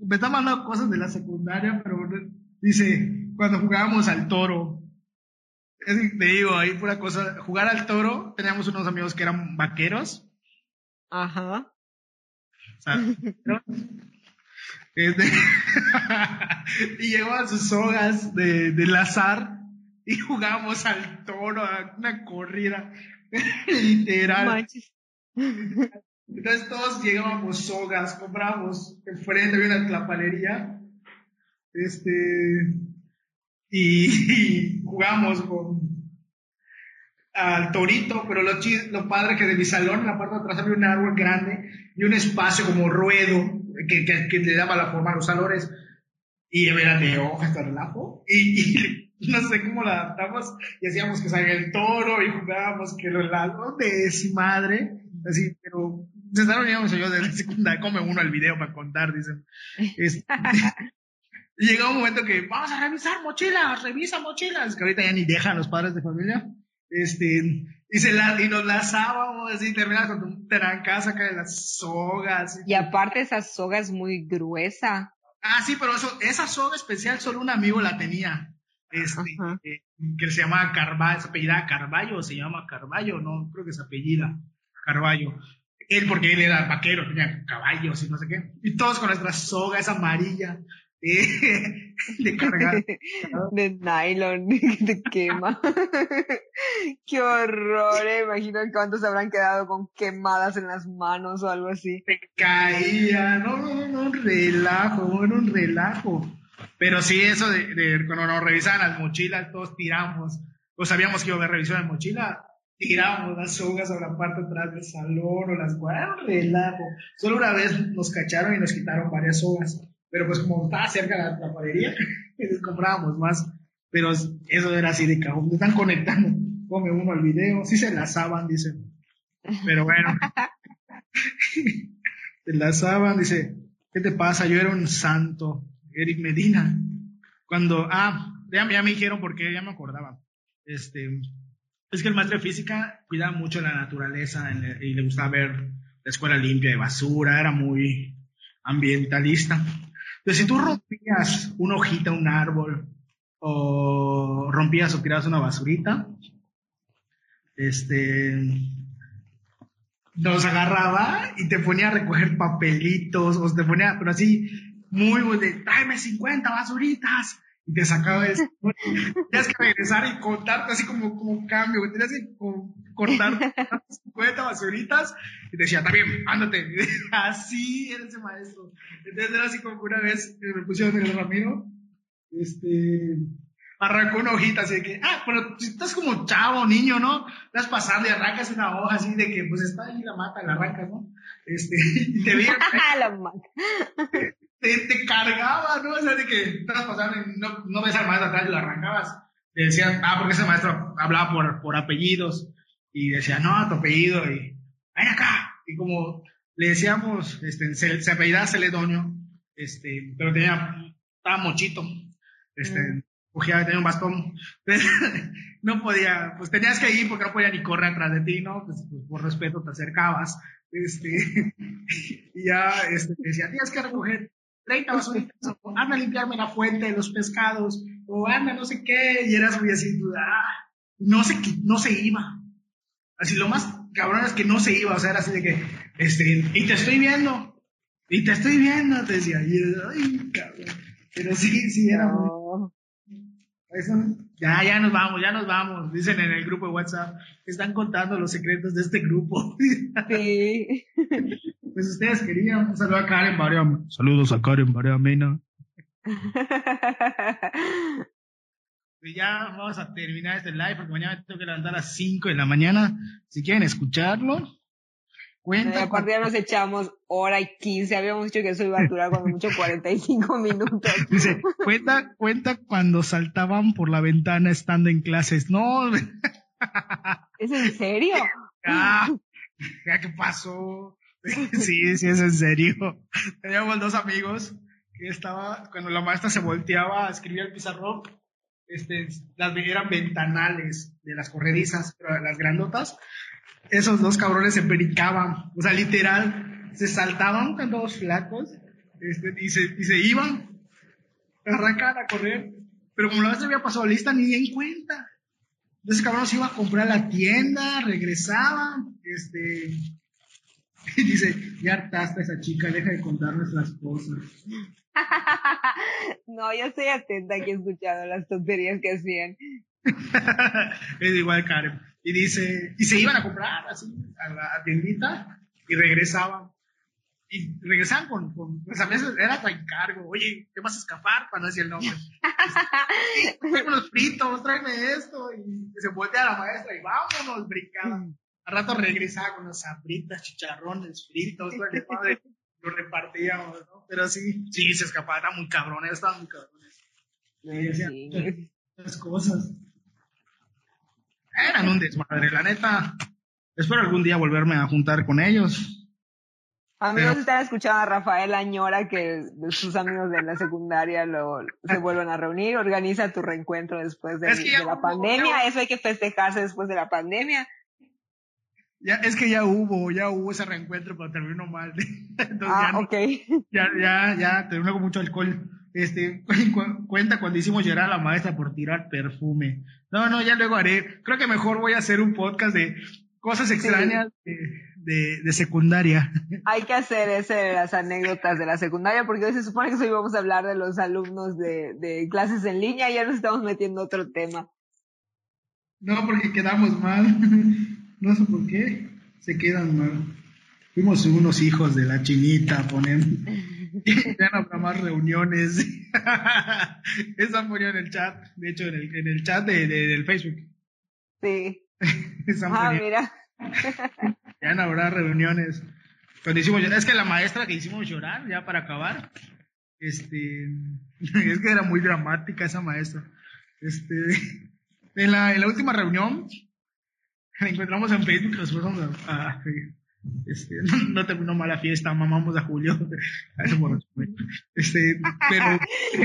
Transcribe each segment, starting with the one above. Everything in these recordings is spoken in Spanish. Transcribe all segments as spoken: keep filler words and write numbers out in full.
me está mandando cosas de la secundaria, pero dice, cuando jugábamos al toro, es, te digo, ahí pura cosa, jugar al toro, teníamos unos amigos que eran vaqueros. Ajá. O sea, ¿no? Este, y llevaban sus sogas de, de lazar y jugábamos al toro, a una corrida, literal. Manches. Entonces todos llegábamos sogas, comprábamos enfrente, había una tlapalería, este, y, y jugábamos con al torito, pero lo, chis, lo padre que de mi salón, en la parte de atrás había un árbol grande y un espacio como ruedo que, que, que le daba la forma a los salones, y era de hojas de relajo, y, y no sé cómo la adaptamos, y hacíamos que salga el toro, y jugábamos que lo helado de su madre, así, pero se estaban yo de la secundaria, come uno el video para contar, dicen. Este, y llegó un momento que vamos a revisar mochilas, revisa mochilas, que ahorita ya ni dejan los padres de familia, este, y, se la, y nos lazábamos, así, terminaba con un trancazo acá de las sogas. Y aparte esa soga es muy gruesa. Ah, sí, pero eso, esa soga especial solo un amigo la tenía, este, eh, que se llamaba Carvalho, se apellidaba Carvalho, se llama Carvalho, no, creo que se apellida Carvalho. Él, porque él era vaquero, tenía caballos y no sé qué, y todos con nuestra soga, esa amarilla, eh, de cargar. De nylon, que te quema. Qué horror, eh. Imagino cuántos habrán quedado con quemadas en las manos o algo así. Se caía, no, no, no, un relajo, era un relajo. Pero sí, eso de, de cuando nos revisaban las mochilas, todos tiramos, o sabíamos que iba a haber revisión de mochila, tirábamos las sogas a la parte atrás del salón o las guardas, un relajo. Solo una vez nos cacharon y nos quitaron varias sogas, pero pues como estaba cerca de la tapadería, les comprábamos más. Pero eso era así de cajón, me están conectando, come uno al video, sí se lazaban, dicen. Pero bueno, se lazaban, dice, ¿qué te pasa? Yo era un santo, Eric Medina. Cuando, ah, ya, ya me dijeron porque ya me acordaba. Este, es que el maestro de física cuidaba mucho la naturaleza el, y le gustaba ver la escuela limpia de basura, era muy ambientalista. Entonces, si tú rompías una hojita, un árbol, o rompías o tirabas una basurita, este, nos agarraba y te ponía a recoger papelitos, o te ponía, pero así, muy, muy de, tráeme cincuenta basuritas, y te sacaba eso. Tenías que regresar y contarte así como, como cambio, tenías que cortar cincuenta basuritas, y te decía, está bien, ándate. Así era ese maestro. Entonces era así como que una vez me pusieron el Ramiro, este, arrancó una hojita así de que, ah, pero si estás como chavo, niño, ¿no? Vas pasando y arrancas una hoja así de que, pues está ahí la mata, la arrancas, ¿no? Este, y te veía. La mata. Te, te cargaba, ¿no? O sea, de que estabas pasando y no, no ves al maestro atrás y lo arrancabas. Te decían, ah, porque ese maestro hablaba por, por apellidos. Y decía, no, tu apellido, y ven acá. Y como le decíamos, este, se, se apellidaba Celedonio, este, pero tenía, estaba mochito, este, mm. Cojeaba, tenía un bastón. No podía, pues tenías que ir porque no podía ni correr atrás de ti, ¿no? Pues, pues por respeto te acercabas. Este, y ya, este, te decía, tienes que recoger treinta basuritas, o anda a limpiarme la fuente de los pescados, o anda no sé qué, y eras muy así, ah, no se, no se iba. Así lo más cabrón es que no se iba, o sea, era así de que, este, y te estoy viendo, y te estoy viendo, te decía, y era, ay, cabrón, pero sí, sí, era muy... Eso, ya, ya nos vamos, ya nos vamos, dicen en el grupo de WhatsApp, están contando los secretos de este grupo. Sí. Pues ustedes querían, un saludo a Karen Barea. Saludos a Karen Barea Mena. Y ya vamos a terminar este live porque mañana me tengo que levantar a las cinco de la mañana. Si quieren escucharlo, cuenta. Y aparte ya nos echamos hora y quince. Habíamos dicho que eso iba a durar cuando mucho cuarenta y cinco minutos. Dice, cuenta, cuenta cuando saltaban por la ventana estando en clases. No. ¿Es en serio? Ah, ¿qué pasó? Sí, sí, es en serio. Teníamos dos amigos que estaba, cuando la maestra se volteaba a escribir el pizarrón, este, las eran ventanales de las corredizas, pero las grandotas, esos dos cabrones se pericaban, o sea, literal, se saltaban con todos flacos este, y, se, y se iban, arrancaban a correr, pero como la maestra había pasado lista, ni en cuenta. Entonces, cabrón, se iba a comprar a la tienda, regresaba, este, y dice, ya hartaste a esa chica, deja de contar nuestras cosas. No, yo estoy atenta aquí escuchando las tonterías que hacían. Es igual, Karen. Y dice, y se iban a comprar así a la tiendita y regresaban. Y regresaban con, con pues a veces era tan encargo, oye, ¿qué vas a escapar? Para no decir el nombre. Este, tráeme unos fritos, tráeme esto. Y se voltea a la maestra y vámonos, brincaba. Al rato regresaba con las sabritas, chicharrones, fritos, todo el padre, lo repartíamos, ¿no? Pero sí, sí, se escapaba, era muy cabrón, estaban muy cabrones. Y decían Sí. muchas cosas. Eran un desmadre, la neta. Espero algún día volverme a juntar con ellos. Amigos, Pero- están escuchando a Rafael Añora que sus amigos de la secundaria lo, se vuelvan a reunir. Organiza tu reencuentro después de, Es que ya de la hubo, pandemia. ya- Eso hay que festejarse después de la pandemia. Ya, es que ya hubo, ya hubo ese reencuentro, pero terminó mal. Entonces Ah, ya no, ok. ya, ya, ya terminó con mucho alcohol. Este, cu- cuenta cuando hicimos llorar a la maestra por tirar perfume. No, no, ya luego haré. Creo que mejor voy a hacer un podcast de cosas extrañas de, de, de secundaria. Hay que hacer ese de las anécdotas de la secundaria porque hoy se supone que hoy vamos a hablar de los alumnos de, de clases en línea y ya nos estamos metiendo a otro tema. No, porque quedamos mal. No sé por qué. Se quedan mal. Fuimos unos hijos de la chinita, ponen. Ya no habrá más reuniones. Esa murió en el chat. De hecho, en el, en el chat de, de- del Facebook. Sí. Esa Ah, murió. mira. Ya no habrá reuniones. Cuando hicimos llorar, es que la maestra que hicimos llorar, ya para acabar, este, es que era muy dramática esa maestra. Este, en la, en la última reunión, la encontramos en Facebook, nos fuimos a, a- este, no, no terminó mal la fiesta, mamamos a Julio, a ese borracho, güey. Este, pero,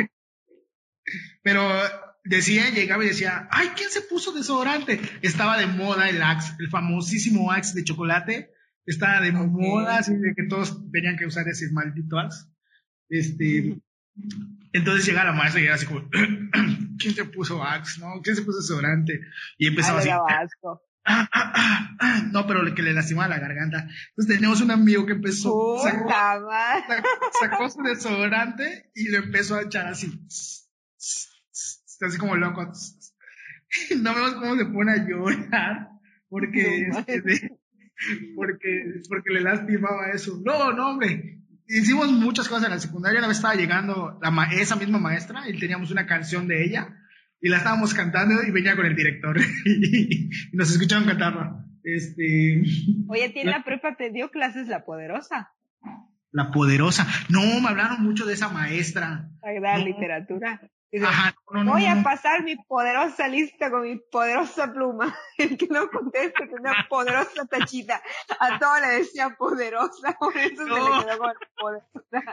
pero decía, llegaba y decía, ay, ¿quién se puso desodorante? Estaba de moda el Axe, el famosísimo Axe de chocolate, estaba de Ok. moda, así de que todos tenían que usar ese maldito Axe. Este, entonces llega la maestra y era así como, ¿quién se puso Axe, no? ¿Quién se puso desodorante? Y empezaba Ay, así, le daba asco. ah, ah, ah, ah. No, pero le- que le lastimaba la garganta. Entonces teníamos un amigo que empezó, sacó, Puta madre. sacó, sacó su desodorante y le empezó a echar así, así como loco. No vemos cómo se pone a llorar porque, No, este, de- porque, porque le lastimaba eso. No, no, hombre. Hicimos muchas cosas en la secundaria. Una vez estaba llegando la ma- esa misma maestra y teníamos una canción de ella y la estábamos cantando y venía con el director y, y nos escuchaban cantarla. Este, Oye, ¿tiene la prepa te dio clases la poderosa? la poderosa. No, me hablaron mucho de esa maestra. Sagrada No. literatura. Dice, Ajá, no, no, voy no, a no. pasar mi poderosa lista con mi poderosa pluma. El que no conteste tendrá poderosa tachita. A todo le decía poderosa, por eso No. se le quedó con poderosa.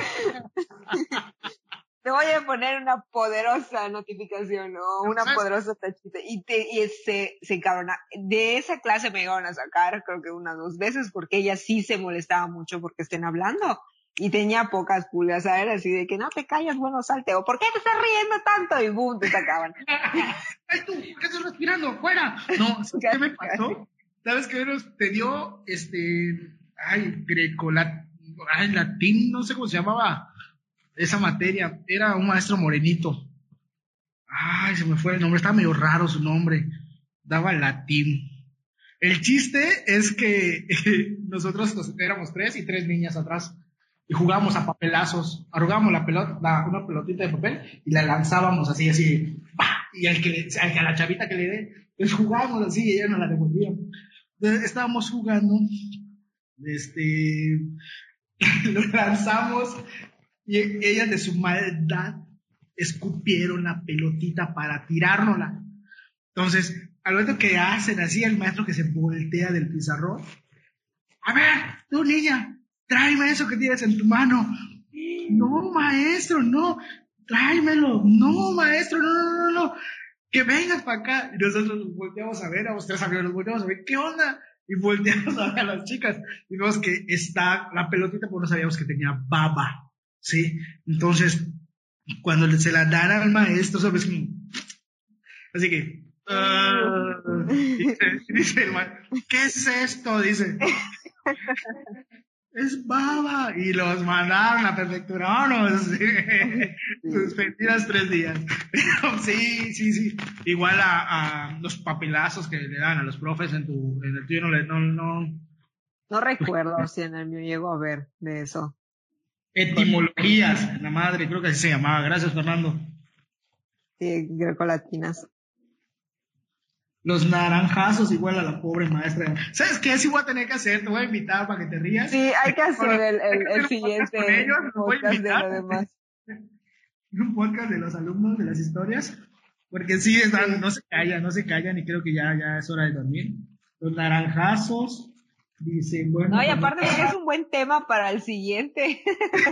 Te voy a poner una poderosa notificación, ¿no? Una ¿Sabes? poderosa tachita. Y, te, y se, se encabrona. De esa clase me llegaron a sacar, creo que una o dos veces, porque ella sí se molestaba mucho porque estén hablando. Y tenía pocas pulgas, ¿sabes? Así de que no te callas, bueno, salte. O ¿por qué te estás riendo tanto? Y boom, te sacaban. ¡Ay, tú! ¿Por qué estás respirando? ¡Fuera! No, ¿sabes qué me pasó? ¿Sabes qué nos te dio? Este. Ay, greco, lat, ay, latín, no sé cómo se llamaba esa materia. Era un maestro morenito. Ay, se me fue el nombre, estaba medio raro su nombre. Daba latín. El chiste es que eh, nosotros nos- éramos tres y tres niñas atrás. Y jugábamos a papelazos. Arrugábamos la pelota, la- una pelotita de papel y la lanzábamos así, así. ¡Pah! Y al que, le- al que a la chavita que le dé, pues jugábamos así y ella nos la devolvía. Entonces, estábamos jugando, este, lo lanzamos y ellas de su maldad escupieron la pelotita para tirárnosla. Entonces, al momento que hacen así, el maestro que se voltea del pizarrón, a ver, tú niña, tráeme eso que tienes en tu mano. No, maestro, no, tráemelo. No, maestro, no, no, no, no, que vengas para acá. Y nosotros nos volteamos a ver, a ustedes amigos, nos volteamos a ver, ¿qué onda? Y volteamos a ver a las chicas y vemos que está la pelotita, porque no sabíamos que tenía baba. Sí, entonces, cuando se la dan al maestro, ¿sabes? Así que, uh, dice, dice el maestro, ¿qué es esto? Dice, es baba. Y los mandaron a prefectura, vámonos. Suspendidas tres días. Sí, sí, sí. Igual a, a los papelazos que le dan a los profes en tu, en el tuyo no le, no, no. No recuerdo si en el mío llego a ver de eso. Etimologías, la madre, creo que así se llamaba. Gracias, Fernando. Sí, grecolatinas. Los naranjazos, igual a la pobre maestra. ¿Sabes qué? Sí voy a tener que hacer, te voy a invitar para que te rías. Sí, hay que hacer el, el, el un siguiente podcast con ellos, los voy a podcast de invitar. lo demás. Un podcast de los alumnos de las historias, porque sí, están, Sí. no se callan, no se callan y creo que ya, ya es hora de dormir. Los naranjazos, dice, bueno. No, y cuando- aparte porque es un buen tema para el siguiente.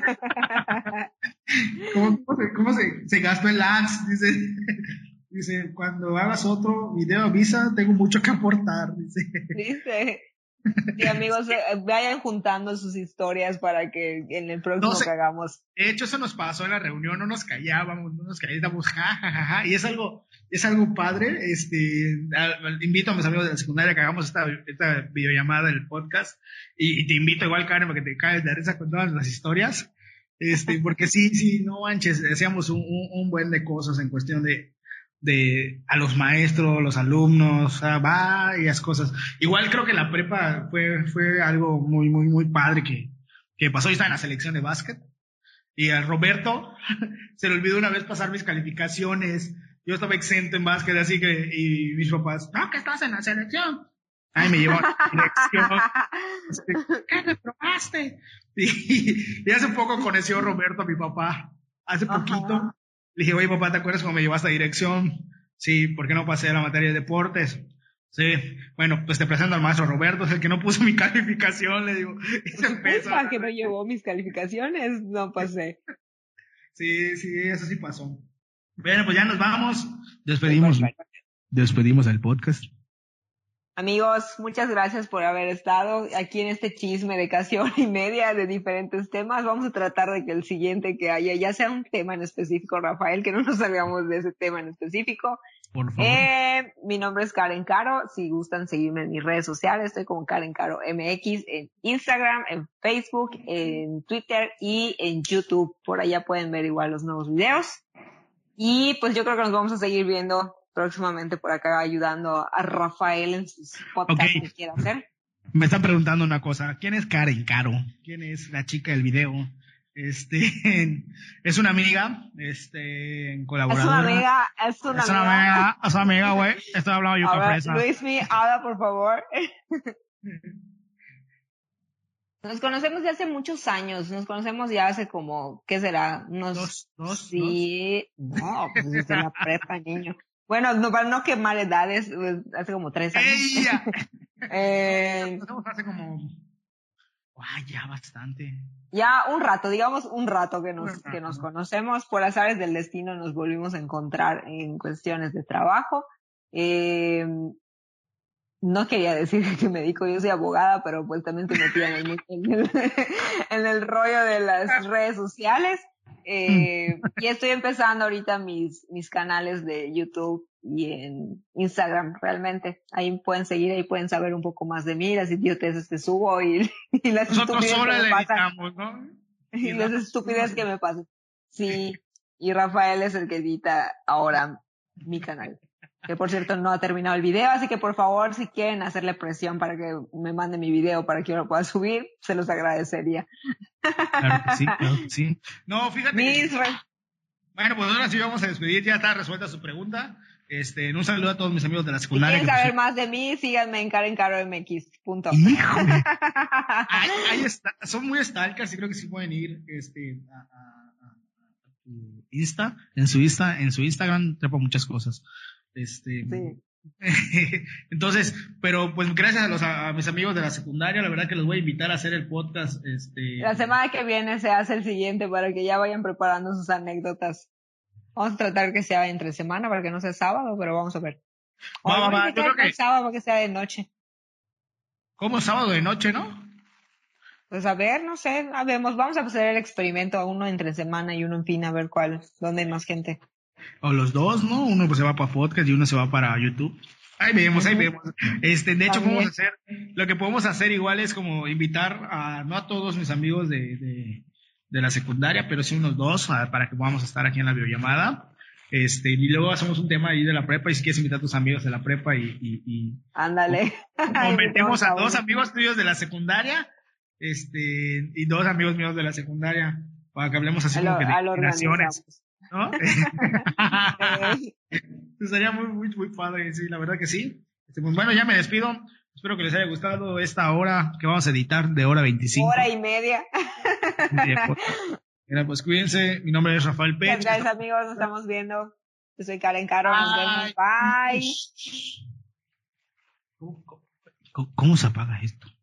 ¿Cómo, cómo se, cómo se, se gastó el ads? Dice, dice, cuando hagas otro video avisa, tengo mucho que aportar. Dice. Dice. Sí, amigos, eh, vayan juntando sus historias para que en el próximo No sé. que hagamos. De hecho, eso nos pasó en la reunión, no nos callábamos, no nos callábamos, ja, ja, ja, ja, y es algo, es algo padre. Este, a- invito a mis amigos de la secundaria que hagamos esta, esta videollamada del podcast, y, y te invito igual, Karen, para que te caes de risa con todas las historias, este, porque sí, sí, no manches, hacíamos un, un, un buen de cosas en cuestión de, de a los maestros, los alumnos, a varias cosas. Igual creo que la prepa fue, fue algo muy, muy, muy padre que, que pasó. Yo estaba en la selección de básquet y a Roberto se le olvidó una vez pasar mis calificaciones. Yo estaba exento en básquet, así que, y mis papás, no, que estás en la selección. Ay, me llevaron a la dirección. ¿Qué me probaste? Y, y hace poco conoció Roberto a mi papá. Hace poquito. Ajá. Le dije, oye, papá, ¿te acuerdas cuando me llevaste a dirección? Sí, ¿por qué no pasé a la materia de deportes? Sí, bueno, pues te presento al maestro Roberto, es el que no puso mi calificación, le digo. Y se empezó. Culpa que no llevó mis calificaciones, no pasé. Sí, sí, eso sí pasó. Bueno, pues ya nos vamos. Despedimos. Perfecto. Despedimos el podcast. Amigos, muchas gracias por haber estado aquí en este chisme de casi hora y media de diferentes temas. Vamos a tratar de que el siguiente que haya ya sea un tema en específico, Rafael, que no nos salgamos de ese tema en específico. Por favor. Eh, mi nombre es Karen Caro. Si gustan seguirme en mis redes sociales, estoy como Karen Caro M X en Instagram, en Facebook, en Twitter y en YouTube. Por allá pueden ver igual los nuevos videos. Y pues yo creo que nos vamos a seguir viendo próximamente por acá ayudando a Rafael en sus podcasts Ok. que quiera hacer. Me están preguntando una cosa. ¿Quién es Karen Caro? ¿Quién es la chica del video? Este, es una amiga, este, Es colaboradora. una amiga, es una Es una amiga. amiga, es una amiga, güey. Estoy hablando yo A con ver, fresa. Luismi, habla por favor. Nos conocemos de hace muchos años, nos conocemos ya hace como, ¿qué será? Unos, Dos, dos, sí, no, pues desde la prepa, niño. Bueno, no, para no quemar edades, pues, hace como tres años. ¡Ella! Eh, Nos conocemos hace como, ¡ay, ya bastante! ya un rato, digamos un rato que nos, Un rato. que nos conocemos, por azares del destino nos volvimos a encontrar en cuestiones de trabajo. Eh, no quería decir que me dedico, yo soy abogada, pero pues también te metí en el, en el, en el rollo de las redes sociales. Eh, y estoy empezando ahorita mis, mis canales de YouTube y en Instagram, realmente. Ahí pueden seguir, ahí pueden saber un poco más de mí, las idioteces que subo y, y las Nosotros estupideces solo que le me pasan. editamos, ¿no? Y las estúpidas que me pasan. Sí, y Rafael es el que edita ahora mi canal. Que por cierto no ha terminado el video, así que por favor, si quieren hacerle presión para que me mande mi video para que yo lo pueda subir, se los agradecería. Claro que sí, claro que sí. No, fíjate. Mis que- re- Bueno, pues ahora sí vamos a despedir. Ya está resuelta su pregunta. Este, un saludo a todos mis amigos de la Si secundaria. quieren que saber pusieron- más de mí, síganme en Karen Caro M X. Punto. ¡Híjole! Ahí, ahí está. Son muy stalkers y creo que sí pueden ir este, a, a- a- a tu Insta. En su Insta, en su Instagram trepa muchas cosas. Este, Sí. entonces, pero pues gracias a, los, a mis amigos de la secundaria, la verdad que los voy a invitar a hacer el podcast. Este, La semana que viene se hace el siguiente para que ya vayan preparando sus anécdotas. Vamos a tratar que sea entre semana para que no sea sábado, pero vamos a ver. O Va, va, vamos va, a yo creo intentar que- el sábado para que sea de noche. como sábado de noche, ¿no? Pues a ver, no sé, a vemos, vamos a hacer el experimento, uno entre semana y uno en fin, a ver cuál, dónde hay más gente. O los dos, ¿no? Uno pues se va para podcast y uno se va para YouTube. Ahí vemos, ahí vemos. Este, de hecho, podemos hacer, lo que podemos hacer igual es como invitar a, no a todos mis amigos de, de, de la secundaria, pero sí unos dos, a, para que podamos estar aquí en la videollamada. Este, y luego hacemos un tema ahí de la prepa, y si quieres invitar a tus amigos de la prepa y, y, y ándale. O, o metemos a dos amigos tuyos de la secundaria, este, y dos amigos míos de la secundaria, para que hablemos así como que de generaciones, ¿no? Estaría muy, muy, muy padre, sí, la verdad que sí. Este, pues bueno, ya me despido. Espero que les haya gustado esta hora que vamos a editar de hora veinticinco. Hora y media. Mira, pues cuídense. Mi nombre es Rafael Pérez. Muchas gracias, amigos. Nos estamos viendo. Yo soy Karen Caro. Nos vemos. Bye. ¿Cómo, cómo, cómo se apaga esto?